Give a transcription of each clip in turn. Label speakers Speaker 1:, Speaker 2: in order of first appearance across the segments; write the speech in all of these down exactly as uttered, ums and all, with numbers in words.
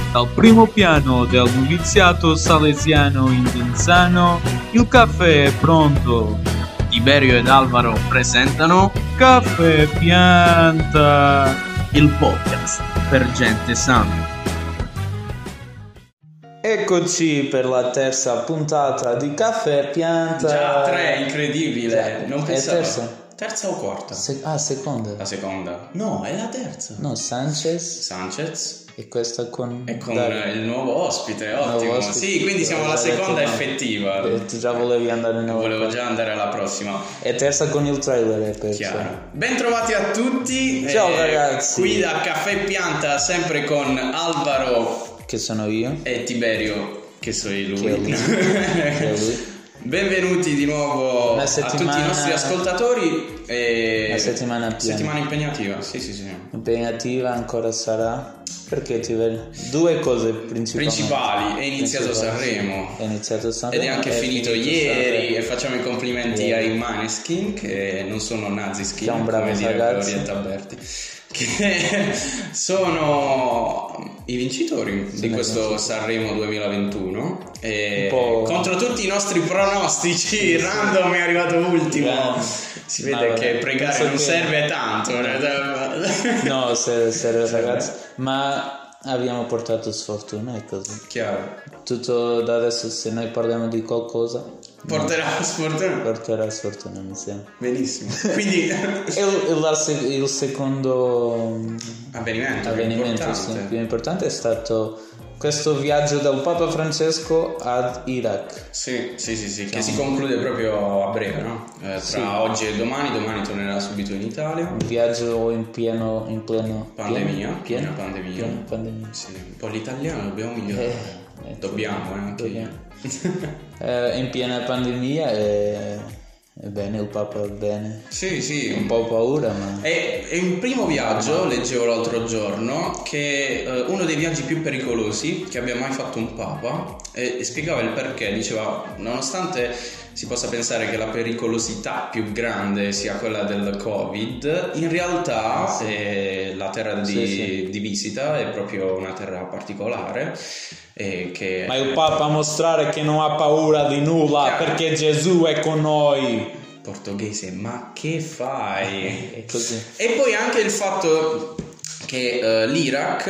Speaker 1: Dal primo piano del noviziato salesiano Intensano, il caffè è pronto.
Speaker 2: Tiberio ed Alvaro presentano
Speaker 1: Caffè Pianta,
Speaker 2: il podcast per gente sana.
Speaker 3: Eccoci per la terza puntata di Caffè Pianta.
Speaker 4: Già tre, incredibile.
Speaker 3: Già.
Speaker 4: Non
Speaker 3: È
Speaker 4: pensavo.
Speaker 3: terza?
Speaker 4: Terza o quarta?
Speaker 3: Se- ah, seconda.
Speaker 4: La seconda. No, è la terza.
Speaker 3: No, Sanchez.
Speaker 4: Sanchez.
Speaker 3: E questa con...
Speaker 4: E con
Speaker 3: Dario.
Speaker 4: il nuovo ospite, ottimo.
Speaker 3: Nuovo ospite.
Speaker 4: Sì, quindi siamo alla
Speaker 3: Già detto
Speaker 4: seconda
Speaker 3: no.
Speaker 4: effettiva.
Speaker 3: Eh, tu già volevi andare in
Speaker 4: Volevo già andare alla prossima.
Speaker 3: E terza con il trailer, è perso.
Speaker 4: Chiaro. Bentrovati a tutti.
Speaker 3: Ciao,
Speaker 4: Eh,
Speaker 3: ragazzi.
Speaker 4: Qui da Caffè Pianta, sempre con Alvaro
Speaker 3: Che sono io.
Speaker 4: e Tiberio, che soy lui.
Speaker 3: Che è lui. Che è lui.
Speaker 4: Benvenuti di nuovo
Speaker 3: Una
Speaker 4: a
Speaker 3: settimana-
Speaker 4: tutti i nostri ascoltatori. E...
Speaker 3: Una settimana piena.
Speaker 4: settimana impegnativa, sì sì sì.
Speaker 3: Impegnativa ancora sarà. Perché ti vedo? Due cose principali.
Speaker 4: Principali, è iniziato
Speaker 3: Principali.
Speaker 4: Sanremo.
Speaker 3: È iniziato Sanremo.
Speaker 4: Ed è anche
Speaker 3: è
Speaker 4: finito,
Speaker 3: finito
Speaker 4: ieri
Speaker 3: Sanremo.
Speaker 4: e facciamo i complimenti
Speaker 3: Ieri.
Speaker 4: ai Maneskin che non sono nazi skin,
Speaker 3: Che è un bravo
Speaker 4: come direbbe
Speaker 3: ragazzo.
Speaker 4: Orietta Berti, che sono i vincitori di
Speaker 3: ne
Speaker 4: questo
Speaker 3: vincitori.
Speaker 4: Sanremo duemilaventuno e
Speaker 3: Un po'-
Speaker 4: contro tutti i nostri pronostici Random è arrivato ultimo.
Speaker 3: Random.
Speaker 4: Si
Speaker 3: Ma
Speaker 4: vede
Speaker 3: vabbè,
Speaker 4: che pregare
Speaker 3: penso
Speaker 4: non
Speaker 3: che-
Speaker 4: serve tanto.
Speaker 3: No, se, se ragazzi, ma abbiamo portato sfortuna e così.
Speaker 4: Chiaro,
Speaker 3: Tutto da adesso, se noi parliamo di qualcosa,
Speaker 4: porterà sfortuna.
Speaker 3: porterà sfortuna, mi sembra.
Speaker 4: Benissimo, quindi
Speaker 3: E il, il- la se- il secondo
Speaker 4: avvenimento,
Speaker 3: avvenimento
Speaker 4: importante.
Speaker 3: sì, più importante è stato questo viaggio del Papa Francesco ad Iraq.
Speaker 4: Sì, sì, sì, sì, che si conclude proprio a breve, no? Eh, tra
Speaker 3: Sì.
Speaker 4: oggi e domani, domani tornerà subito in Italia.
Speaker 3: Un viaggio in pieno, in pleno
Speaker 4: Pandemia,
Speaker 3: pieno,
Speaker 4: piena pandemia.
Speaker 3: piena pandemia.
Speaker 4: Sì, un po' l'italiano dobbiamo migliorare.
Speaker 3: Eh, eh,
Speaker 4: dobbiamo, eh, anche
Speaker 3: dobbiamo.
Speaker 4: io.
Speaker 3: Eh, in piena pandemia e ebbene il Papa bene,
Speaker 4: Sì, sì,
Speaker 3: un po' paura, ma
Speaker 4: È, è un primo viaggio, leggevo l'altro giorno, che è uno dei viaggi più pericolosi che abbia mai fatto un papa e, e spiegava il perché, diceva nonostante si possa pensare che la pericolosità più grande sia quella del Covid, in realtà eh, la terra di,
Speaker 3: Sì, sì.
Speaker 4: di visita è proprio una terra particolare e che
Speaker 3: ma il Papa a mostrare che non ha paura di nulla
Speaker 4: Chiaro.
Speaker 3: perché Gesù è con noi.
Speaker 4: portoghese, ma che fai?
Speaker 3: È così.
Speaker 4: E poi anche il fatto che eh, l'Iraq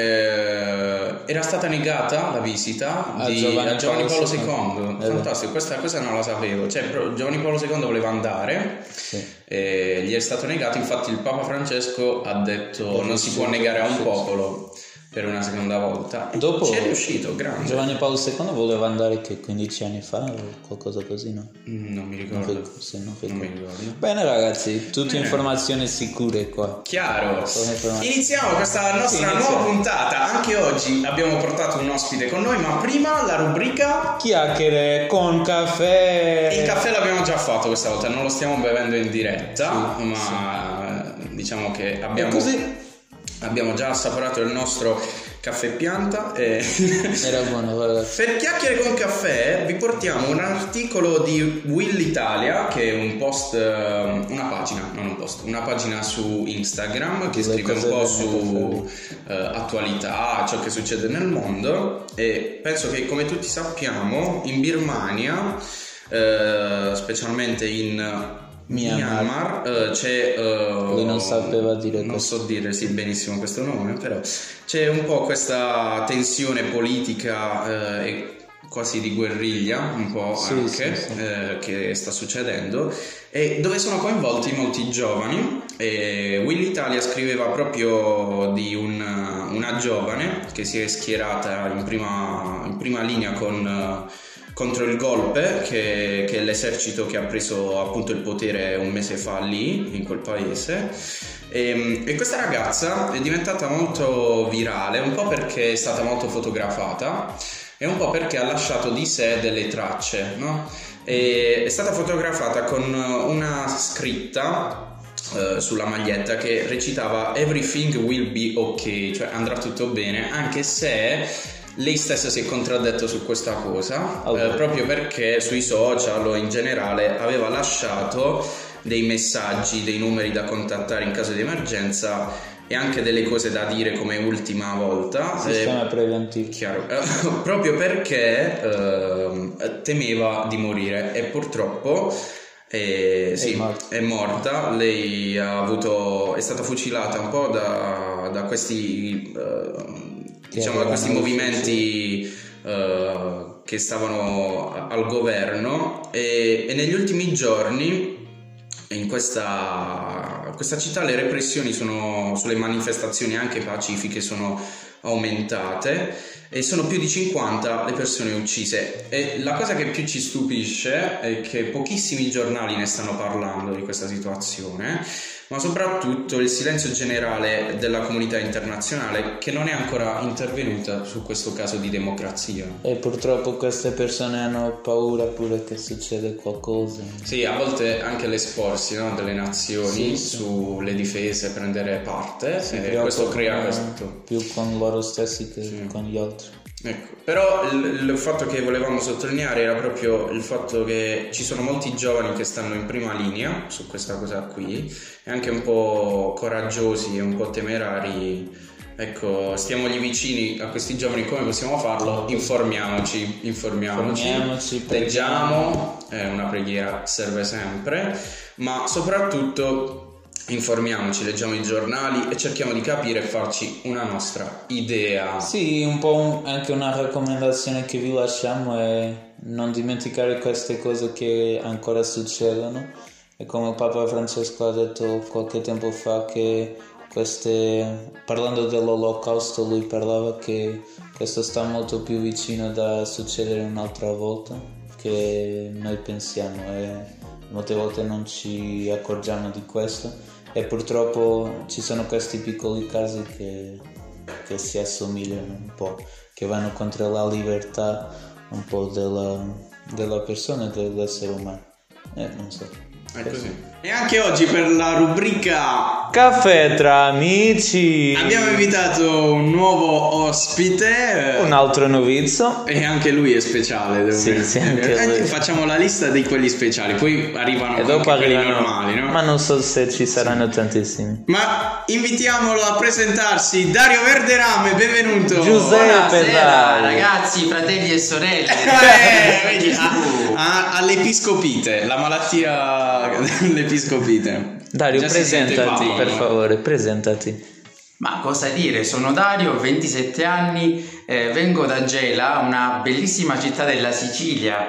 Speaker 4: eh, era stata negata la visita
Speaker 3: A
Speaker 4: di,
Speaker 3: Giovanni
Speaker 4: a Giovanni Paolo
Speaker 3: Paolo
Speaker 4: secondo.
Speaker 3: secondo.
Speaker 4: Fantastico, questa, questa non la sapevo. Cioè, pro- Giovanni Paolo secondo voleva andare,
Speaker 3: Sì.
Speaker 4: e gli è stato negato. Infatti, il Papa Francesco ha detto: non si può
Speaker 3: sì,
Speaker 4: negare a un
Speaker 3: sì,
Speaker 4: popolo per una seconda volta. E
Speaker 3: Dopo
Speaker 4: ci è riuscito, grande.
Speaker 3: Giovanni Paolo secondo voleva andare che quindici anni fa o qualcosa così, no?
Speaker 4: Mm, Non mi
Speaker 3: Non
Speaker 4: ricordo.
Speaker 3: fi- sì, non fi-
Speaker 4: Non mi ricordo.
Speaker 3: Bene ragazzi, tutte
Speaker 4: Bene.
Speaker 3: informazioni sicure qua.
Speaker 4: Chiaro,
Speaker 3: Sono informazioni.
Speaker 4: iniziamo questa nostra
Speaker 3: Sì,
Speaker 4: nuova
Speaker 3: iniziamo.
Speaker 4: puntata. Anche oggi abbiamo portato un ospite con noi, ma prima la rubrica.
Speaker 3: Chiacchiere con caffè.
Speaker 4: Il caffè l'abbiamo già fatto questa volta, non lo stiamo bevendo in diretta,
Speaker 3: Sì,
Speaker 4: ma diciamo che
Speaker 3: E
Speaker 4: abbiamo,
Speaker 3: così
Speaker 4: abbiamo già assaporato il nostro caffè pianta. E
Speaker 3: era buono, guarda.
Speaker 4: per chiacchiere con caffè vi portiamo un articolo di Will Italia, che è un post, eh, una pagina, non un post, una pagina su Instagram che
Speaker 3: Le
Speaker 4: scrive un
Speaker 3: cose
Speaker 4: po'
Speaker 3: del
Speaker 4: su eh, attualità, ciò che succede nel mondo, e penso che, come tutti sappiamo, in Birmania, eh, specialmente in
Speaker 3: Myanmar.
Speaker 4: Myanmar, eh, c'è eh,
Speaker 3: Lui non sapeva dire
Speaker 4: non
Speaker 3: questo.
Speaker 4: so dire sì benissimo questo nome, però c'è un po' questa tensione politica eh, e quasi di guerriglia un po'
Speaker 3: Sì,
Speaker 4: anche
Speaker 3: sì, sì.
Speaker 4: eh, che sta succedendo, e dove sono coinvolti molti giovani. E Will Italia scriveva proprio di un, una giovane che si è schierata in prima, in prima linea con eh, contro il golpe che, che è l'esercito che ha preso appunto il potere un mese fa lì in quel paese. E, e questa ragazza è diventata molto virale, un po' perché è stata molto fotografata e un po' perché ha lasciato di sé delle tracce, no? E è stata fotografata con una scritta eh, sulla maglietta che recitava "Everything will be okay", cioè andrà tutto bene, anche se lei stessa si è contraddetta su questa cosa,
Speaker 3: allora.
Speaker 4: eh, proprio perché sui social o in generale aveva lasciato dei messaggi, dei numeri da contattare in caso di emergenza e anche delle cose da dire come ultima volta.
Speaker 3: Sistema
Speaker 4: eh,
Speaker 3: preventivo.
Speaker 4: Chiaro, proprio perché eh, temeva di morire e purtroppo eh,
Speaker 3: è,
Speaker 4: sì,
Speaker 3: morta.
Speaker 4: è morta. Lei ha avuto, è stata fucilata un po' da, da questi, eh, diciamo, da questi movimenti eh, che stavano al governo e, e negli ultimi giorni in questa, questa città le repressioni sono, sulle manifestazioni anche pacifiche sono aumentate e sono più di cinquanta le persone uccise, e la cosa che più ci stupisce è che pochissimi giornali ne stanno parlando di questa situazione, ma soprattutto il silenzio generale della comunità internazionale che non è ancora intervenuta su questo caso di democrazia.
Speaker 3: E purtroppo queste persone hanno paura pure che succeda qualcosa.
Speaker 4: Sì, a volte anche l'esporsi, no, delle nazioni
Speaker 3: sì, sì.
Speaker 4: sulle difese, prendere parte,
Speaker 3: si
Speaker 4: e questo crea questo
Speaker 3: più con loro stessi che
Speaker 4: sì.
Speaker 3: con gli altri.
Speaker 4: Ecco, però il, il fatto che volevamo sottolineare era proprio il fatto che ci sono molti giovani che stanno in prima linea su questa cosa qui e anche un po' coraggiosi e un po' temerari. Ecco, stiamogli vicini a questi giovani. Come possiamo farlo? Informiamoci, informiamoci,
Speaker 3: informiamoci
Speaker 4: leggiamo, eh, una preghiera serve sempre, ma soprattutto informiamoci, leggiamo i giornali e cerchiamo di capire e farci una nostra idea.
Speaker 3: Sì, un po' un, anche una raccomandazione che vi lasciamo è non dimenticare queste cose che ancora succedono, e come Papa Francesco ha detto qualche tempo fa che queste, parlando dell'Olocausto, lui parlava che questo sta molto più vicino da succedere un'altra volta che noi pensiamo, e molte volte non ci accorgiamo di questo. E purtroppo ci sono questi piccoli casi che, che si assomigliano un po', che vanno contro la libertà un po' della, della persona e dell'essere umano. Eh, non so.
Speaker 4: È così. E anche oggi per la rubrica
Speaker 3: Caffè tra amici
Speaker 4: abbiamo invitato un nuovo ospite,
Speaker 3: un altro novizio,
Speaker 4: e anche lui è speciale, devo
Speaker 3: sì,
Speaker 4: dire.
Speaker 3: Sì, anche
Speaker 4: eh,
Speaker 3: lui.
Speaker 4: Facciamo la lista di quelli speciali, poi arrivano
Speaker 3: e
Speaker 4: anche
Speaker 3: dopo
Speaker 4: quelli
Speaker 3: arrivano,
Speaker 4: normali, no?
Speaker 3: Ma non so se ci saranno tantissimi.
Speaker 4: Ma invitiamolo a presentarsi, Dario Verderame, benvenuto.
Speaker 3: Giuseppe,
Speaker 5: Buonasera
Speaker 3: dai.
Speaker 5: ragazzi, fratelli e sorelle.
Speaker 4: Eh, vedi, a, a, all'episcopite, la malattia dell'episcopite.
Speaker 3: Dario,
Speaker 4: Già si sente
Speaker 3: presentati,
Speaker 4: Paolo.
Speaker 3: per favore, presentati.
Speaker 5: Ma cosa dire, sono Dario, ventisette anni, eh, vengo da Gela, una bellissima città della Sicilia.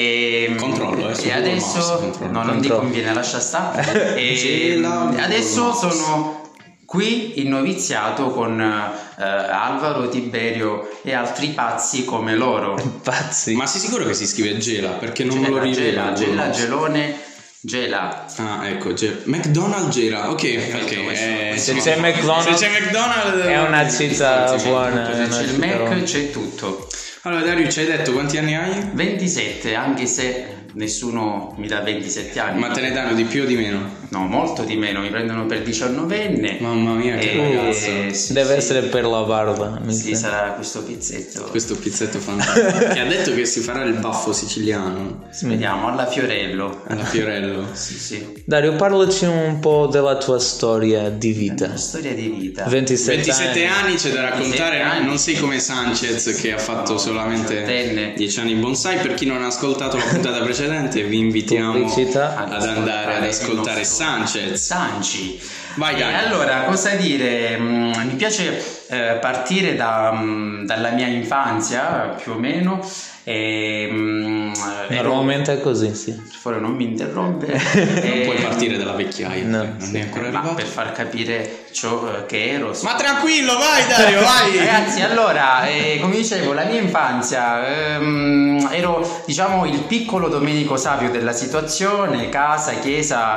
Speaker 5: E,
Speaker 4: Controllo, eh, su
Speaker 5: e
Speaker 4: Google
Speaker 5: adesso
Speaker 4: Maps, controllo.
Speaker 5: no, non ti
Speaker 3: Controllo.
Speaker 5: conviene, lascia stare. E
Speaker 4: Gela,
Speaker 5: adesso
Speaker 4: Google Maps.
Speaker 5: sono qui in noviziato con eh, Alvaro, Tiberio e altri pazzi come loro.
Speaker 3: Pazzi.
Speaker 4: Ma sei sicuro che si scrive Gela? Perché non me lo
Speaker 5: Gela,
Speaker 4: rivedo.
Speaker 5: Gela, Gela, Gelone, Gela.
Speaker 4: Ah, ecco, Ge- McDonald's Gela. Ok, ok.
Speaker 5: questo-
Speaker 4: eh,
Speaker 5: questo-
Speaker 3: Se c'è McDonald's,
Speaker 4: se c'è McDonald's
Speaker 3: è una città
Speaker 4: sì,
Speaker 3: buona.
Speaker 5: Dove
Speaker 3: è una
Speaker 5: c'è il
Speaker 3: città
Speaker 5: Mac
Speaker 3: buona.
Speaker 5: c'è tutto.
Speaker 4: Allora Dario, ci hai detto quanti anni hai?
Speaker 5: ventisette, anche se nessuno mi dà ventisette anni.
Speaker 4: Ma te ne danno di più o di meno?
Speaker 5: No, molto di meno, mi prendono per diciannovenne.
Speaker 4: Mamma mia, che
Speaker 5: E-
Speaker 4: ragazzo.
Speaker 5: sì,
Speaker 3: Deve
Speaker 5: sì.
Speaker 3: essere per la barba. mi
Speaker 5: Sì,
Speaker 3: sa.
Speaker 5: sarà questo pizzetto.
Speaker 4: Questo pizzetto fantastico. Che ha detto che si farà il baffo siciliano
Speaker 5: Vediamo, alla Fiorello.
Speaker 4: alla Fiorello.
Speaker 5: Sì, sì.
Speaker 3: Dario, parlaci un po' della tua storia di vita.
Speaker 5: Una storia di vita.
Speaker 3: ventisette,
Speaker 4: ventisette anni c'è da raccontare,
Speaker 5: ventisette anni.
Speaker 4: non sei come Sanchez che ha fatto
Speaker 5: No,
Speaker 4: solamente
Speaker 5: diciottenne.
Speaker 4: dieci anni bonsai. Per chi non ha ascoltato la puntata precedente vi invitiamo
Speaker 3: Pubblicità.
Speaker 4: ad andare ad ascoltare
Speaker 5: il nostro
Speaker 4: Sanchez.
Speaker 5: Sanci.
Speaker 4: Vai,
Speaker 5: E
Speaker 4: dai.
Speaker 5: allora, cosa dire? Mm, mi piace eh, partire da, mm, dalla mia infanzia, più o meno. E, mm, ero-
Speaker 3: Normalmente è così, sì.
Speaker 5: per favore non mi interrompe.
Speaker 4: Non
Speaker 5: E-
Speaker 4: puoi partire dalla vecchiaia,
Speaker 3: No.
Speaker 4: non è ancora
Speaker 5: ma
Speaker 4: arrivato.
Speaker 5: per far capire ciò eh, che ero.
Speaker 4: Ma tranquillo, vai Dario, vai.
Speaker 5: Ragazzi, allora, eh, come dicevo, la mia infanzia, ehm, ero, diciamo, il piccolo Domenico Savio della situazione, casa, chiesa,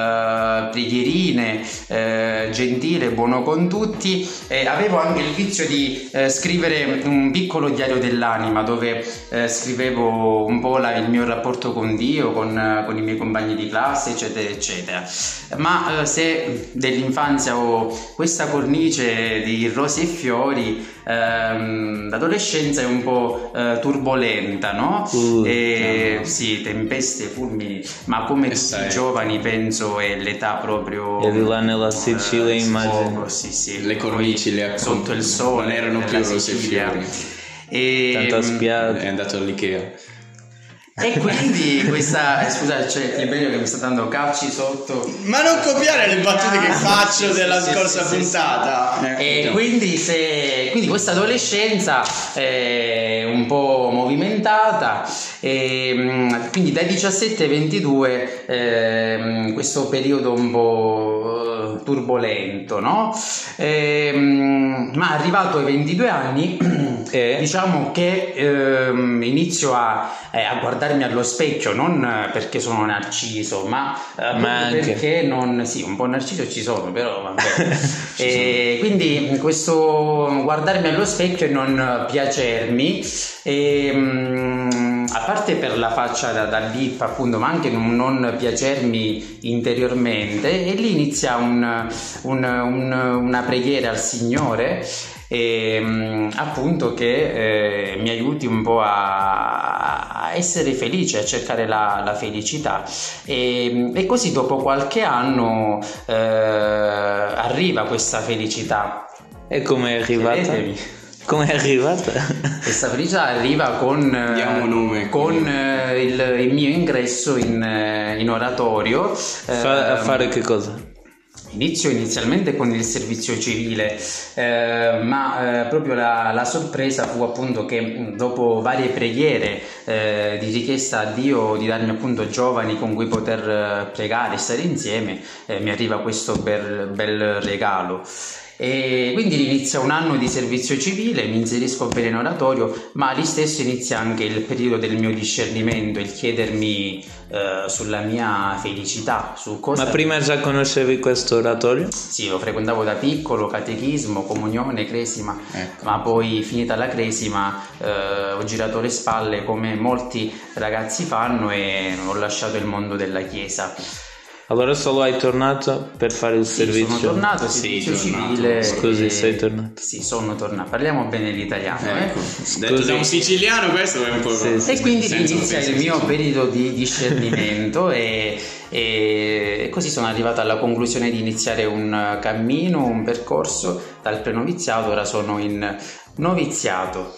Speaker 5: eh, preghierine, eh, gentile, buono con tutti. Eh, avevo anche il vizio di eh, scrivere un piccolo diario dell'anima dove eh, scrivevo un po' la- il mio rapporto con Dio, con, eh, con i miei compagni di classe, eccetera, eccetera. Ma eh, se dell'infanzia ho sotto questa cornice di rose e fiori ehm, l'adolescenza è un po' eh, turbolenta, no?
Speaker 3: Uh,
Speaker 5: e, sì, tempeste, fulmini, ma come
Speaker 4: E
Speaker 5: tutti
Speaker 4: sai.
Speaker 5: i giovani penso è l'età proprio
Speaker 3: E di là nella Sicilia,
Speaker 5: eh,
Speaker 3: immagino.
Speaker 5: sfogo, sì, sì.
Speaker 4: Le cornici le
Speaker 5: sotto il sole
Speaker 4: non erano più
Speaker 5: nella
Speaker 4: rose e
Speaker 5: Sicilia.
Speaker 4: fiori.
Speaker 5: E,
Speaker 3: Tanta spiaggia.
Speaker 4: È andato all'Ikea.
Speaker 5: e quindi questa eh, scusa, c'è Tiberio che mi sta dando calci sotto.
Speaker 4: Ma non copiare le battute che
Speaker 5: Ah,
Speaker 4: faccio
Speaker 5: sì,
Speaker 4: della
Speaker 5: sì,
Speaker 4: scorsa
Speaker 5: sì, sì,
Speaker 4: puntata.
Speaker 5: E
Speaker 4: Eh,
Speaker 5: quindi, se, quindi questa adolescenza è un po' movimentata, e, mh, quindi dai diciassette ai ventidue ehm, questo periodo un po' eh, turbolento, no? E, mh, ma arrivato ai ventidue anni
Speaker 3: E?
Speaker 5: diciamo che ehm, inizio a, eh, a guardarmi allo specchio, non eh, perché sono narciso, ma, eh, proprio
Speaker 3: anche.
Speaker 5: perché non, sì, un po' narciso ci sono, però vabbè. E quindi questo guardarmi allo specchio e non piacermi, e, mm, a parte per la faccia da, da bip appunto, ma anche non, non piacermi interiormente, e lì inizia un, un, un, una preghiera al Signore, e, mh, appunto che eh, mi aiuti un po' a, a essere felice, a cercare la, la felicità, e, e così dopo qualche anno eh, arriva questa felicità.
Speaker 3: E come è arrivata?
Speaker 5: Credetemi.
Speaker 3: Come è arrivata?
Speaker 5: Questa felicità arriva con, eh,
Speaker 4: Diamo nome.
Speaker 5: con eh, il, il mio ingresso in, eh, in oratorio.
Speaker 3: Fa- a
Speaker 5: eh,
Speaker 3: fare che cosa?
Speaker 5: Inizio inizialmente con il servizio civile, eh, ma eh, proprio la, la sorpresa fu appunto che mh, dopo varie preghiere eh, di richiesta a Dio di darmi appunto giovani con cui poter eh, pregare e stare insieme, eh, mi arriva questo bel, bel regalo. E quindi inizia un anno di servizio civile, mi inserisco bene in oratorio, ma lì stesso inizia anche il periodo del mio discernimento, il chiedermi eh, sulla mia felicità, su cosa...
Speaker 3: Ma prima già conoscevi questo oratorio?
Speaker 5: Sì, lo frequentavo da piccolo, catechismo, comunione, cresima,
Speaker 4: Ecco.
Speaker 5: ma poi finita la cresima eh, ho girato le spalle come molti ragazzi fanno e ho lasciato il mondo della chiesa.
Speaker 3: Allora solo hai tornato per fare il
Speaker 5: Sì,
Speaker 3: servizio?
Speaker 5: sono tornato,
Speaker 4: Sì,
Speaker 5: servizio
Speaker 4: tornato.
Speaker 5: civile.
Speaker 3: Scusi,
Speaker 5: e-
Speaker 3: sei tornato.
Speaker 5: Sì, sono tornato. Parliamo bene l'italiano,
Speaker 4: Ecco.
Speaker 5: eh?
Speaker 4: Detto da un siciliano, questo è un po'.
Speaker 3: Sì, sì.
Speaker 5: E quindi
Speaker 4: senza
Speaker 5: inizia
Speaker 4: offesa,
Speaker 5: il mio
Speaker 4: sì.
Speaker 5: periodo di discernimento e, e così sono arrivato alla conclusione di iniziare un cammino, un percorso dal prenoviziato, ora sono in noviziato.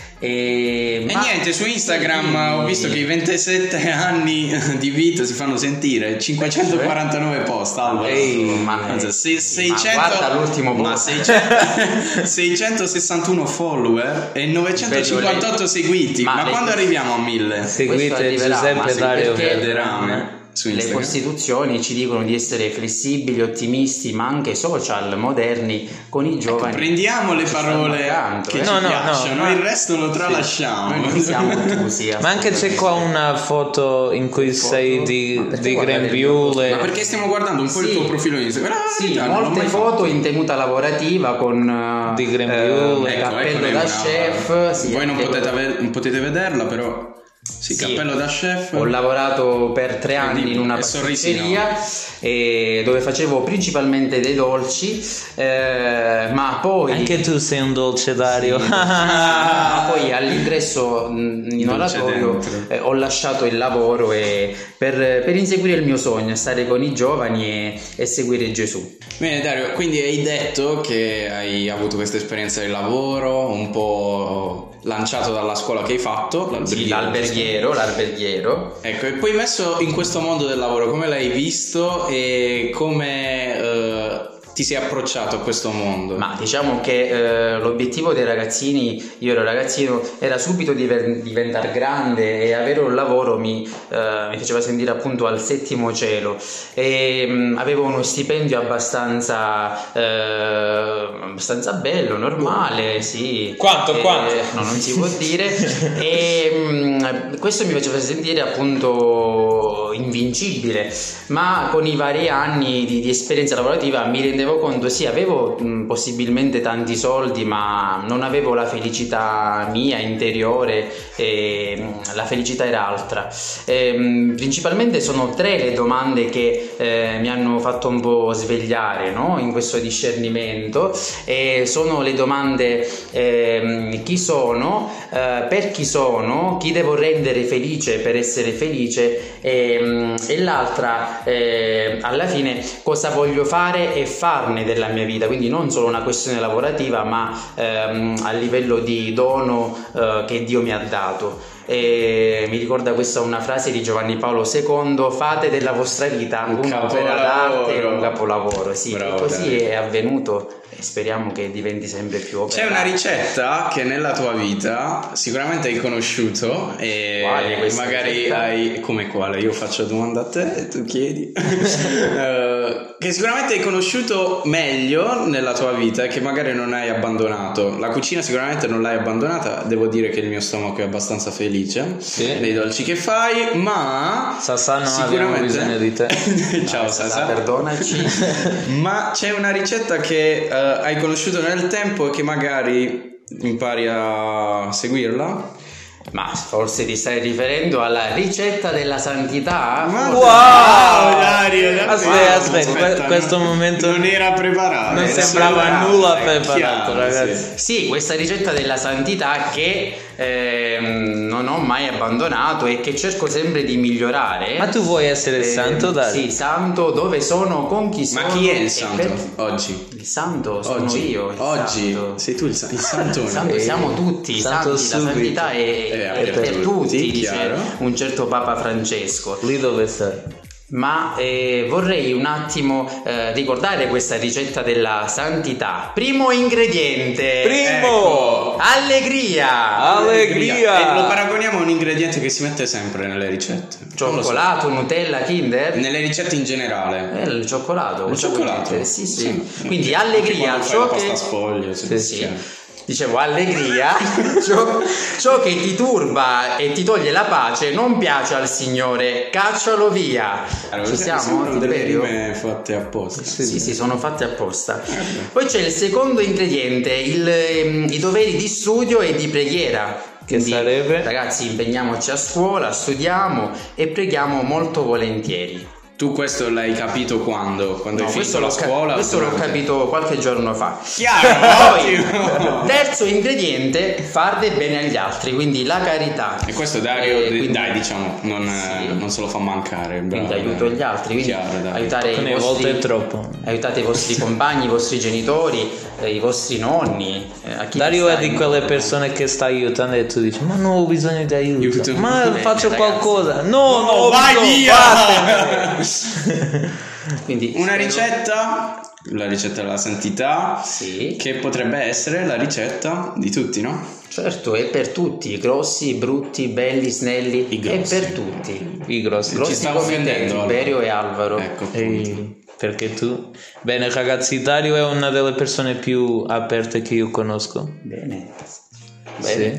Speaker 5: E,
Speaker 4: E
Speaker 5: ma-
Speaker 4: niente, su Instagram
Speaker 5: Sì.
Speaker 4: ho visto che i ventisette anni di vita si fanno sentire, cinquecentoquarantanove post, Alvaro.
Speaker 3: Ehi,
Speaker 5: ma-
Speaker 4: Anzi, se-
Speaker 5: ma
Speaker 4: seicento
Speaker 5: guarda l'ultimo
Speaker 4: ma
Speaker 5: post.
Speaker 4: seicento seicentosessantuno follower e novecentocinquantotto seguiti.
Speaker 5: Ma
Speaker 4: Ma,
Speaker 5: le-
Speaker 4: quando arriviamo a mille?
Speaker 5: Questo
Speaker 3: Seguite
Speaker 5: arriverà, ma
Speaker 3: Giuseppe
Speaker 5: sì,
Speaker 3: Dario
Speaker 5: perché
Speaker 3: Verderame.
Speaker 4: Su
Speaker 5: le
Speaker 4: Instagram.
Speaker 5: Costituzioni ci dicono di essere flessibili, ottimisti, ma anche social, moderni con i giovani.
Speaker 4: Prendiamo le
Speaker 5: Ci stanno
Speaker 4: parole
Speaker 5: accanto,
Speaker 4: che
Speaker 5: eh.
Speaker 4: ci
Speaker 3: No, no,
Speaker 4: piacciono,
Speaker 3: no,
Speaker 4: il
Speaker 3: ma-
Speaker 4: resto lo tralasciamo.
Speaker 5: Noi non siamo ottusi.
Speaker 3: Ma anche c'è qua una foto in cui
Speaker 5: Foto?
Speaker 3: sei di,
Speaker 5: Ma perché
Speaker 3: di
Speaker 5: guardare il
Speaker 3: grembiule.
Speaker 4: Ma perché stiamo guardando un po' il
Speaker 5: Sì.
Speaker 4: tuo profilo Instagram? Ah,
Speaker 5: Sì,
Speaker 4: già, non l'ho
Speaker 5: molte
Speaker 4: mai
Speaker 5: foto
Speaker 4: fatto.
Speaker 5: in tenuta lavorativa con eh,
Speaker 3: Di grembiule.
Speaker 5: eh,
Speaker 4: Ecco,
Speaker 5: cappello
Speaker 4: ecco,
Speaker 5: da
Speaker 4: è una-
Speaker 5: chef. Sì,
Speaker 4: Voi non
Speaker 5: anche
Speaker 4: potete,
Speaker 5: quello.
Speaker 4: ave- non potete vederla, però sì,
Speaker 5: Sì.
Speaker 4: cappello da chef.
Speaker 5: Ho lavorato per tre anni in una
Speaker 4: E sorrisi
Speaker 5: pasticceria e dove facevo principalmente dei dolci, eh, ma poi
Speaker 3: Anche tu sei un dolce Dario.
Speaker 5: Sì, ma poi all'ingresso mh, in
Speaker 4: Dolce
Speaker 5: oratorio
Speaker 4: dentro.
Speaker 5: eh, ho lasciato il lavoro e per, per inseguire il mio sogno, stare con i giovani e, e seguire Gesù.
Speaker 4: Bene Dario, quindi hai detto che hai avuto questa esperienza di lavoro un po' lanciato dalla scuola che hai fatto,
Speaker 5: Sì,
Speaker 4: l'alberghiero.
Speaker 5: l'alberghiero, l'alberghiero.
Speaker 4: Ecco, e poi messo in questo mondo del lavoro, come l'hai visto e come eh, ti sei approcciato a questo mondo?
Speaker 5: Ma diciamo che eh, l'obiettivo dei ragazzini, io ero ragazzino, era subito diver- diventare grande e avere un lavoro mi, eh, mi faceva sentire appunto al settimo cielo e mh, avevo uno stipendio abbastanza, eh, abbastanza bello, normale, sì.
Speaker 3: Quanto,
Speaker 5: Eh,
Speaker 3: quanto?
Speaker 5: No, non si può dire e mh, questo mi faceva sentire appunto ero invincibile, ma con i vari anni di, di esperienza lavorativa mi rendevo conto, sì, avevo mh, possibilmente tanti soldi, ma non avevo la felicità mia interiore, e mh, la felicità era altra. E, mh, principalmente sono tre le domande che eh, mi hanno fatto un po' svegliare, no? In questo discernimento, e sono le domande eh, chi sono, eh, per chi sono, chi devo rendere felice per essere felice, e, e l'altra eh, alla fine cosa voglio fare e farne della mia vita, quindi non solo una questione lavorativa, ma ehm, a livello di dono eh, che Dio mi ha dato. E mi ricorda questa una frase di Giovanni Paolo secondo: fate della vostra vita
Speaker 4: un
Speaker 5: un'opera d'arte e un
Speaker 4: capolavoro.
Speaker 5: capolavoro. Sì,
Speaker 4: Bravo,
Speaker 5: e così
Speaker 4: Dario.
Speaker 5: è avvenuto, e speriamo che diventi sempre più opera
Speaker 4: C'è una
Speaker 5: d'arte.
Speaker 4: ricetta che nella tua vita sicuramente hai conosciuto e
Speaker 5: Quale questa
Speaker 4: magari
Speaker 5: ricetta?
Speaker 4: hai... Come quale? Io faccio la domanda a te e tu chiedi. Eh, che sicuramente hai conosciuto meglio nella tua vita e che magari non hai abbandonato. La cucina sicuramente non l'hai abbandonata, devo dire che il mio stomaco è abbastanza felice
Speaker 3: Sì.
Speaker 4: dei dolci che fai, ma
Speaker 3: Sasà, non abbiamo bisogno di te.
Speaker 4: Ciao Sasà.
Speaker 5: Perdonaci.
Speaker 4: Ma c'è una ricetta che eh, hai conosciuto nel tempo e che magari impari a seguirla?
Speaker 5: Ma forse ti stai riferendo alla ricetta della santità?
Speaker 4: Ma
Speaker 5: Forse-
Speaker 3: Wow!
Speaker 4: Dario, davvero?
Speaker 3: Aspetta, aspetta,
Speaker 4: Aspetta,
Speaker 3: questo
Speaker 4: non-
Speaker 3: momento
Speaker 4: non era preparato,
Speaker 3: non
Speaker 4: era
Speaker 3: sembrava
Speaker 4: preparato,
Speaker 3: nulla
Speaker 4: è
Speaker 3: preparato,
Speaker 4: chiaro,
Speaker 3: ragazzi.
Speaker 4: sì.
Speaker 5: Sì, questa ricetta della santità che ehm, non ho mai abbandonato e che cerco sempre di migliorare.
Speaker 3: Ma tu vuoi essere
Speaker 5: Eh,
Speaker 3: santo, Dario?
Speaker 5: Sì, santo, dove sono, con chi sono.
Speaker 4: Ma chi è il
Speaker 5: e
Speaker 4: santo
Speaker 5: per-
Speaker 4: oggi?
Speaker 5: Il santo sono
Speaker 4: Oggi,
Speaker 5: io. Il
Speaker 4: oggi
Speaker 5: santo.
Speaker 4: sei tu il, sa- il santone.
Speaker 5: Il santo,
Speaker 3: Eh,
Speaker 5: siamo tutti
Speaker 3: santo
Speaker 5: santi, la
Speaker 3: subito.
Speaker 5: santità è,
Speaker 4: Eh,
Speaker 5: è
Speaker 4: per
Speaker 5: per
Speaker 4: tutti,
Speaker 5: tutti, dice
Speaker 4: chiaro.
Speaker 5: un certo Papa Francesco.
Speaker 3: Lì dove stai?
Speaker 5: Ma eh, vorrei un attimo eh, ricordare questa ricetta della santità. Primo ingrediente:
Speaker 3: Primo!
Speaker 5: allegria.
Speaker 3: Allegria!
Speaker 4: E lo paragoniamo a un ingrediente che si mette sempre nelle ricette. Non lo so.
Speaker 5: Cioccolato, Nutella, Kinder.
Speaker 4: Nelle ricette in generale.
Speaker 5: Eh, il cioccolato,
Speaker 4: Il
Speaker 5: cosa vuoi
Speaker 4: cioccolato?
Speaker 5: mettere? Sì, sì.
Speaker 4: Sì.
Speaker 5: Quindi
Speaker 4: Anche
Speaker 5: allegria,
Speaker 4: quando fai
Speaker 5: ciò
Speaker 4: la
Speaker 5: che
Speaker 4: pasta sfoglia, sì,
Speaker 5: Sì.
Speaker 4: chiaro.
Speaker 5: Dicevo allegria, ciò, ciò che ti turba e ti toglie la pace non piace al Signore, caccialo via.
Speaker 4: Allora,
Speaker 5: Ci
Speaker 4: sembrano
Speaker 5: siamo,
Speaker 4: delle
Speaker 5: Tiberio?
Speaker 4: rime fatte apposta.
Speaker 5: Sì, sì, sono fatte apposta. Poi c'è il secondo ingrediente, il, ehm, i doveri di studio e di preghiera.
Speaker 3: Che sarebbe?
Speaker 5: Ragazzi, impegniamoci a scuola, studiamo e preghiamo molto volentieri.
Speaker 4: Tu questo l'hai capito quando? Quando
Speaker 5: No,
Speaker 4: hai
Speaker 5: questo
Speaker 4: finito la
Speaker 5: l'ho, ca-
Speaker 4: scuola?
Speaker 5: questo l'ho
Speaker 4: Durante-
Speaker 5: capito qualche giorno fa.
Speaker 4: Chiaro,
Speaker 5: Poi,
Speaker 4: ottimo.
Speaker 5: terzo ingrediente, far del bene agli altri, quindi la carità.
Speaker 4: E questo Dario,
Speaker 5: Eh, quindi-
Speaker 4: dai, diciamo, non,
Speaker 5: Sì.
Speaker 4: eh, non se lo fa mancare. Bravo,
Speaker 5: Quindi aiuto
Speaker 4: Dario.
Speaker 5: gli altri, quindi
Speaker 4: Chiaro, dai.
Speaker 5: aiutare i
Speaker 3: Alcune volte
Speaker 5: vostri,
Speaker 3: è troppo.
Speaker 5: aiutate i vostri compagni, i vostri genitori, eh, i vostri nonni. eh, a chi
Speaker 3: Dario
Speaker 5: vi
Speaker 3: è
Speaker 5: stai
Speaker 3: di quelle
Speaker 5: aiutando.
Speaker 3: persone che sta aiutando e tu dici: ma non ho bisogno di aiuto,
Speaker 4: Aiuto.
Speaker 3: ma
Speaker 5: Bene,
Speaker 3: faccio
Speaker 5: ragazzi.
Speaker 3: qualcosa. No, no,
Speaker 4: No, vai
Speaker 3: no,
Speaker 4: via!
Speaker 3: vattene.
Speaker 5: Quindi,
Speaker 4: Una
Speaker 5: spero-
Speaker 4: ricetta, la ricetta della santità,
Speaker 5: Sì,
Speaker 4: che potrebbe essere la ricetta di tutti, no?
Speaker 5: certo, è per tutti, grossi, brutti, belli, snelli,
Speaker 4: I
Speaker 5: è
Speaker 4: grossi.
Speaker 5: per tutti.
Speaker 3: I grossi.
Speaker 5: Grossi
Speaker 4: Ci sta
Speaker 5: come te,
Speaker 4: offendendo,
Speaker 5: Tiberio e Alvaro.
Speaker 4: Ecco, appunto.
Speaker 3: Ehi, perché tu? Bene, ragazzi, Dario è una delle persone più aperte che io conosco.
Speaker 5: Bene.
Speaker 3: Sì.
Speaker 5: Bene.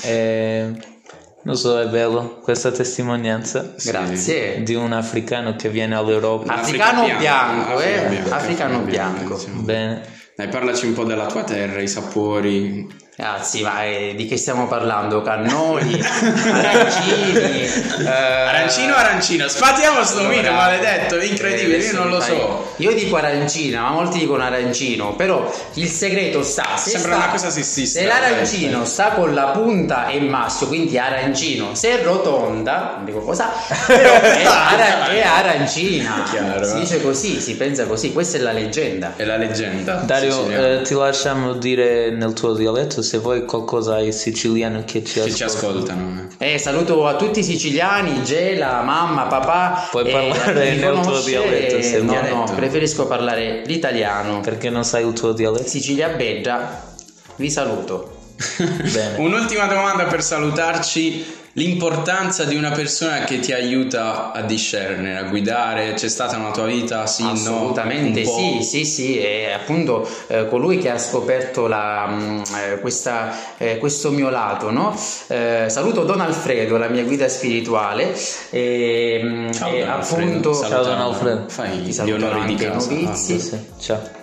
Speaker 3: E, non so, è bello questa testimonianza
Speaker 5: Grazie.
Speaker 3: di un africano che viene all'Europa.
Speaker 5: Africano
Speaker 4: Africa
Speaker 5: bianco, eh?
Speaker 4: Africa bianca,
Speaker 5: Africano
Speaker 4: Africa
Speaker 5: bianco.
Speaker 4: diciamo.
Speaker 3: Bene.
Speaker 4: Dai, parlaci un po' della tua terra, i sapori.
Speaker 5: Ragazzi, ma eh, di che stiamo parlando? Cannoli, arancini, eh,
Speaker 4: Arancino o arancina? Sfatiamo sto
Speaker 5: allora,
Speaker 4: mito maledetto, è incredibile,
Speaker 5: eh,
Speaker 4: io
Speaker 5: adesso
Speaker 4: non
Speaker 5: mi
Speaker 4: lo
Speaker 5: fai-
Speaker 4: so.
Speaker 5: Io dico arancina, ma molti dicono arancino, però il segreto sta se
Speaker 4: Sembra
Speaker 5: sta-
Speaker 4: una cosa sessista.
Speaker 5: Se l'arancino sta con la punta è maschio, quindi arancino. Se è rotonda, non dico cosa, però è, ara- è arancina.
Speaker 4: Chiaro,
Speaker 5: si
Speaker 4: eh.
Speaker 5: dice così, si pensa così, questa è la leggenda.
Speaker 4: È la leggenda.
Speaker 3: Dario,
Speaker 4: siciliana.
Speaker 3: eh, ti lasciamo dire nel tuo dialetto se vuoi qualcosa ai siciliani che ci
Speaker 4: che ci
Speaker 3: ascoltano.
Speaker 4: ascoltano. eh.
Speaker 5: Eh, saluto a tutti i siciliani, Gela, mamma, papà.
Speaker 3: Puoi
Speaker 5: eh,
Speaker 3: parlare
Speaker 5: a chi mi
Speaker 3: nel tuo
Speaker 5: conosce,
Speaker 3: dialetto, se
Speaker 5: eh, no,
Speaker 3: vuoi.
Speaker 5: no, preferisco parlare l'italiano.
Speaker 3: Perché non sai il tuo dialetto?
Speaker 5: Sicilia Beggia, vi saluto.
Speaker 3: Bene.
Speaker 4: Un'ultima domanda per salutarci. L'importanza di una persona che ti aiuta a discernere, a guidare, c'è stata nella tua vita? Sì,
Speaker 5: assolutamente
Speaker 4: no?
Speaker 5: sì, sì, sì, è appunto eh, colui che ha scoperto la, mh, eh, questa, eh, questo mio lato, no? Eh, saluto Don Alfredo, la mia guida spirituale, e, mh,
Speaker 4: Ciao,
Speaker 5: e
Speaker 4: Don
Speaker 5: appunto
Speaker 4: Alfredo.
Speaker 3: Ciao Don Alfredo.
Speaker 4: Fai
Speaker 5: ti
Speaker 4: gli
Speaker 5: saluto
Speaker 4: onori di
Speaker 5: anche i
Speaker 4: casa.
Speaker 5: novizi.
Speaker 4: Ah,
Speaker 3: Sì, ciao.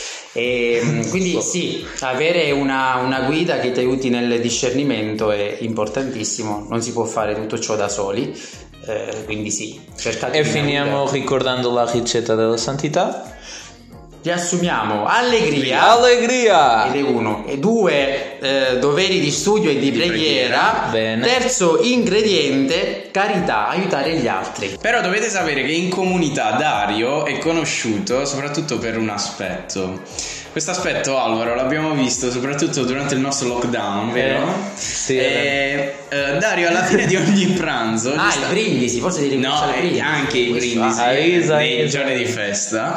Speaker 5: E quindi sì, avere una, una guida che ti aiuti nel discernimento è importantissimo, non si può fare tutto ciò da soli, eh, quindi sì, cercate
Speaker 3: E
Speaker 5: di
Speaker 3: finiamo
Speaker 5: navigare.
Speaker 3: ricordando la ricetta della santità.
Speaker 5: Riassumiamo: allegria,
Speaker 3: Allegria!
Speaker 5: ed è uno, e due, eh, doveri di studio e di,
Speaker 4: Di
Speaker 5: preghiera.
Speaker 3: Bene.
Speaker 5: Terzo ingrediente, carità, aiutare gli altri.
Speaker 4: Però dovete sapere che in comunità Dario è conosciuto soprattutto per un aspetto. Questo aspetto, Alvaro, l'abbiamo visto soprattutto durante il nostro lockdown, vero?
Speaker 3: Sì,
Speaker 4: E, eh, Dario alla fine di ogni pranzo
Speaker 5: Ah,
Speaker 4: sta-
Speaker 5: i brindisi, forse devi
Speaker 4: No,
Speaker 5: ricominciare
Speaker 4: eh,
Speaker 5: prima.
Speaker 4: anche i
Speaker 5: Questo,
Speaker 4: brindisi
Speaker 5: ah,
Speaker 4: eh,
Speaker 3: Isa,
Speaker 4: dei
Speaker 3: Isa.
Speaker 4: giorni di festa,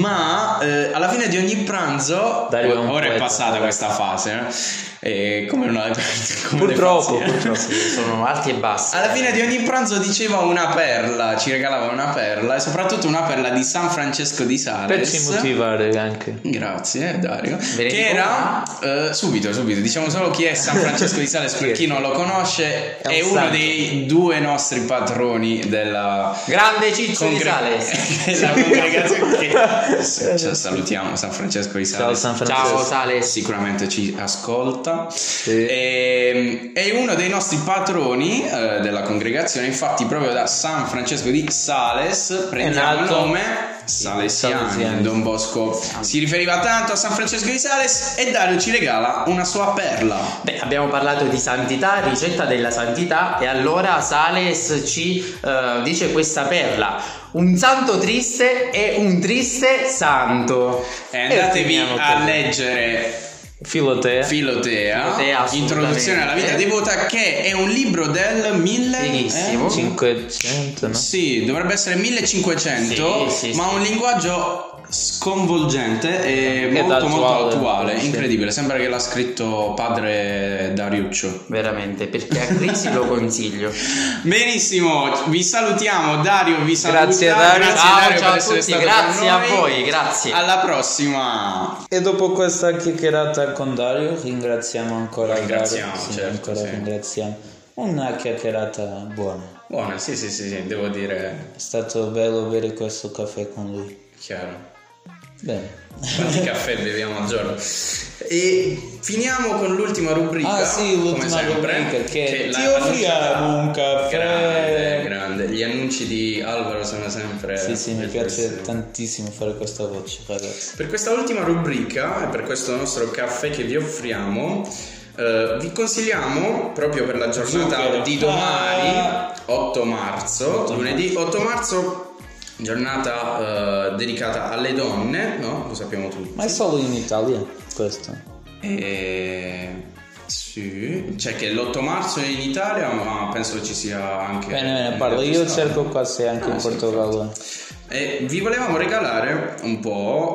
Speaker 4: ma eh, alla fine di ogni pranzo,
Speaker 3: Dario è un
Speaker 4: ora è
Speaker 3: poeta.
Speaker 4: passata questa fase, eh, e come non come le
Speaker 3: Purtroppo,
Speaker 4: pazzie, eh.
Speaker 3: purtroppo.
Speaker 5: sì, sono alti e bassi.
Speaker 4: Alla fine di ogni pranzo diceva una perla, ci regalava una perla e soprattutto una perla di San Francesco di
Speaker 3: Per ci
Speaker 4: Sales.
Speaker 3: motivare anche.
Speaker 4: Grazie Dario.
Speaker 5: Ve ne
Speaker 4: Che
Speaker 5: dico
Speaker 4: era eh, subito, subito. Diciamo solo chi è San Francesco di Sales per chi non lo conosce.
Speaker 3: È un
Speaker 4: È uno
Speaker 3: santo.
Speaker 4: dei due nostri patroni della
Speaker 5: Grande Ciccio di
Speaker 4: congre-
Speaker 5: Sales.
Speaker 4: della congregazione che ci salutiamo San Francesco di
Speaker 3: Ciao
Speaker 4: Sales.
Speaker 3: San Francesco.
Speaker 5: Ciao Sales.
Speaker 4: Sicuramente ci ascolta.
Speaker 3: Sì.
Speaker 4: E, è uno dei nostri patroni eh, della congregazione. Infatti proprio da San Francesco di Sales prendiamo il
Speaker 3: nato
Speaker 4: nome Salesiani.
Speaker 3: Salesiani.
Speaker 4: Don Bosco si riferiva tanto a San Francesco di Sales e Dario ci regala una sua perla.
Speaker 5: Beh, abbiamo parlato di santità, ricetta della santità, e allora Sales ci eh, dice questa perla: un santo triste è un triste santo.
Speaker 4: E andatevi
Speaker 3: finiamo
Speaker 4: a
Speaker 3: così.
Speaker 4: leggere
Speaker 3: Filotea.
Speaker 4: Filotea,
Speaker 5: Filotea, assolutamente.
Speaker 4: Introduzione alla vita devota, che è un libro del mille
Speaker 5: Fighissimo.
Speaker 4: eh?
Speaker 3: cinquecento, no?
Speaker 4: Sì, dovrebbe essere millecinquecento,
Speaker 5: Sì, sì,
Speaker 4: ma
Speaker 5: sì.
Speaker 4: un linguaggio sconvolgente e
Speaker 3: Ed
Speaker 4: molto molto
Speaker 3: attuale.
Speaker 4: attuale,
Speaker 3: Sì.
Speaker 4: incredibile, sembra che l'ha scritto padre Dariuccio.
Speaker 5: Veramente, perché a crisi lo consiglio.
Speaker 4: Benissimo, vi salutiamo, Dario vi saluta.
Speaker 3: Grazie, Dario.
Speaker 4: Grazie
Speaker 5: Ciao,
Speaker 4: Dario
Speaker 5: ciao
Speaker 4: per
Speaker 5: a
Speaker 4: essere
Speaker 5: tutti,
Speaker 4: stato
Speaker 5: grazie
Speaker 4: con
Speaker 5: a
Speaker 4: noi.
Speaker 5: voi, grazie.
Speaker 4: Alla prossima.
Speaker 3: E dopo questa chiacchierata con Dario ringraziamo ancora
Speaker 4: Ringraziamo,
Speaker 3: Dario. Sì,
Speaker 4: certo,
Speaker 3: ancora
Speaker 4: sì.
Speaker 3: ringraziamo. Una chiacchierata buona.
Speaker 4: Buona, sì, sì, sì, sì, devo dire
Speaker 3: È stato bello bere questo caffè con lui.
Speaker 4: chiaro.
Speaker 3: Bene.
Speaker 4: Quanti caffè beviamo al giorno? E finiamo con l'ultima rubrica.
Speaker 3: Ah sì,
Speaker 4: come
Speaker 3: l'ultima
Speaker 4: sempre,
Speaker 3: rubrica che,
Speaker 4: la-
Speaker 3: ti offriamo un caffè.
Speaker 4: Grande, grande. Gli annunci di Alvaro sono sempre.
Speaker 3: Sì, sì, mi piace
Speaker 4: bellissimi.
Speaker 3: tantissimo fare questa voce, ragazzi.
Speaker 4: Per questa ultima rubrica e per questo nostro caffè che vi offriamo, eh, vi consigliamo proprio per la giornata
Speaker 3: Zucchero.
Speaker 4: di domani,
Speaker 3: Ah.
Speaker 4: otto marzo, lunedì otto marzo. Giornata eh, dedicata alle donne, no? Lo sappiamo tutti.
Speaker 3: Ma è solo in Italia questo?
Speaker 4: E... Sì, cioè che l'otto marzo è in Italia, ma penso ci sia anche.
Speaker 3: Bene, bene,
Speaker 4: in
Speaker 3: parlo.
Speaker 4: altri
Speaker 3: Io
Speaker 4: stati.
Speaker 3: cerco qua se anche
Speaker 4: Ah,
Speaker 3: in
Speaker 4: sì,
Speaker 3: Portogallo.
Speaker 4: E vi volevamo regalare un po',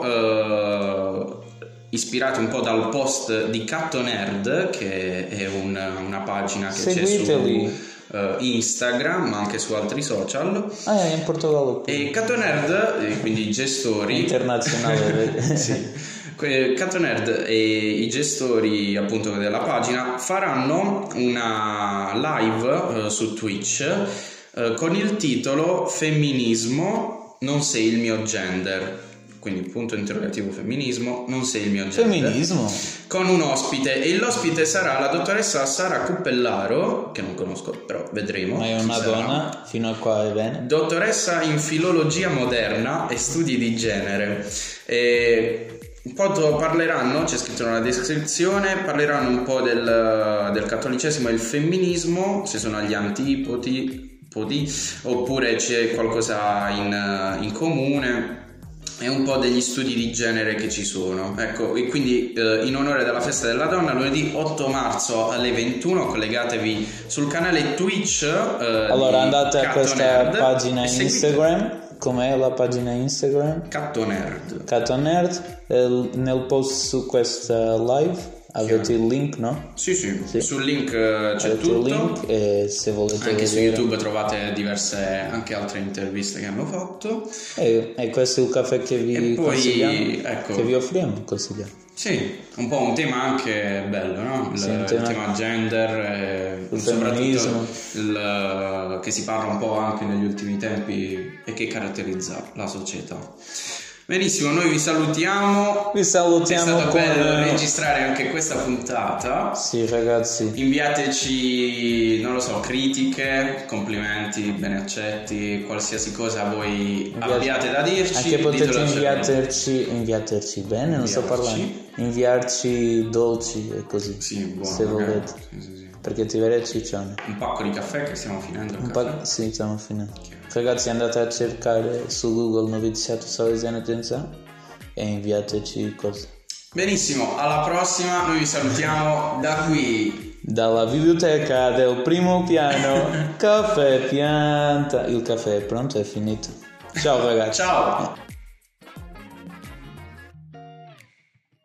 Speaker 4: eh, ispirati un po' dal post di Catto Nerd, che è un- una pagina che
Speaker 3: Seguiteli.
Speaker 4: c'è su eh, Instagram, ma anche su altri social.
Speaker 3: Ah, è in Portogallo.
Speaker 4: E Catto Nerd, eh, quindi i gestori.
Speaker 3: Internazionale.
Speaker 4: Sì. Que- Catto Nerd e i gestori appunto della pagina faranno una live eh, su Twitch eh, con il titolo Femminismo, non sei il mio gender. Quindi punto interrogativo femminismo, non sei il mio gender.
Speaker 3: Femminismo?
Speaker 4: Con un ospite, e l'ospite sarà la dottoressa Sara Cuppellaro, che non conosco, però vedremo.
Speaker 3: Ma è
Speaker 4: chi
Speaker 3: una
Speaker 4: sarà.
Speaker 3: donna, fino a qua è bene.
Speaker 4: Dottoressa in filologia moderna e studi di genere. E un po' to- parleranno, c'è scritto nella descrizione, parleranno un po' del, del cattolicesimo e il femminismo, se sono agli antipodi, podi, oppure c'è qualcosa in, in comune. E un po' degli studi di genere che ci sono. Ecco, e quindi eh, in onore della festa della donna, lunedì otto marzo alle ventuno, collegatevi sul canale Twitch. eh,
Speaker 3: Allora
Speaker 4: di
Speaker 3: andate a
Speaker 4: Catto
Speaker 3: questa
Speaker 4: Nerd
Speaker 3: pagina
Speaker 4: e seguite
Speaker 3: Instagram. Com'è la pagina Instagram?
Speaker 4: Catto Nerd.
Speaker 3: Catto Nerd. Eh, nel post su questa live Avete il link, no?
Speaker 4: Sì, sì,
Speaker 3: Sì.
Speaker 4: sul link eh, c'è
Speaker 3: Avete
Speaker 4: tutto.
Speaker 3: il link e se volete
Speaker 4: Anche su
Speaker 3: vedere-
Speaker 4: YouTube trovate diverse, anche altre interviste che hanno fatto.
Speaker 3: E, e questo è il caffè che vi
Speaker 4: E poi,
Speaker 3: consigliamo,
Speaker 4: ecco.
Speaker 3: che vi offriamo, consigliamo.
Speaker 4: Sì, un po' un tema anche bello, no? Il,
Speaker 3: Sì, un
Speaker 4: il
Speaker 3: tema-
Speaker 4: tema gender, e
Speaker 3: Il
Speaker 4: soprattutto
Speaker 3: femminismo.
Speaker 4: il, che si parla un po' anche negli ultimi tempi e che caratterizza la società. Benissimo, noi vi salutiamo.
Speaker 3: Vi
Speaker 4: È
Speaker 3: salutiamo
Speaker 4: stato
Speaker 3: con...
Speaker 4: bello registrare anche questa puntata.
Speaker 3: Sì, ragazzi.
Speaker 4: Inviateci, non lo so, critiche, complimenti, bene accetti, qualsiasi cosa voi
Speaker 3: Inviate-
Speaker 4: abbiate da dirci.
Speaker 3: Anche potete
Speaker 4: ditelo al
Speaker 3: inviaterci, inviaterci bene, non sto
Speaker 4: Inviarci.
Speaker 3: parlando. Inviarci dolci e così.
Speaker 4: Sì, buono.
Speaker 3: se
Speaker 4: magari.
Speaker 3: volete.
Speaker 4: Sì, sì, sì.
Speaker 3: Perché ti verrei ciccione.
Speaker 4: Un pacco di caffè che stiamo finendo. Il
Speaker 3: Un
Speaker 4: caffè.
Speaker 3: po'... Sì, stiamo finendo. Ragazzi, andate a cercare su Google Noviziato Salesiano Intensano e inviateci cose.
Speaker 4: Benissimo, alla prossima, noi vi salutiamo da qui.
Speaker 3: Dalla biblioteca del primo piano, caffè pianta. Il caffè è pronto, è finito. Ciao ragazzi.
Speaker 4: Ciao!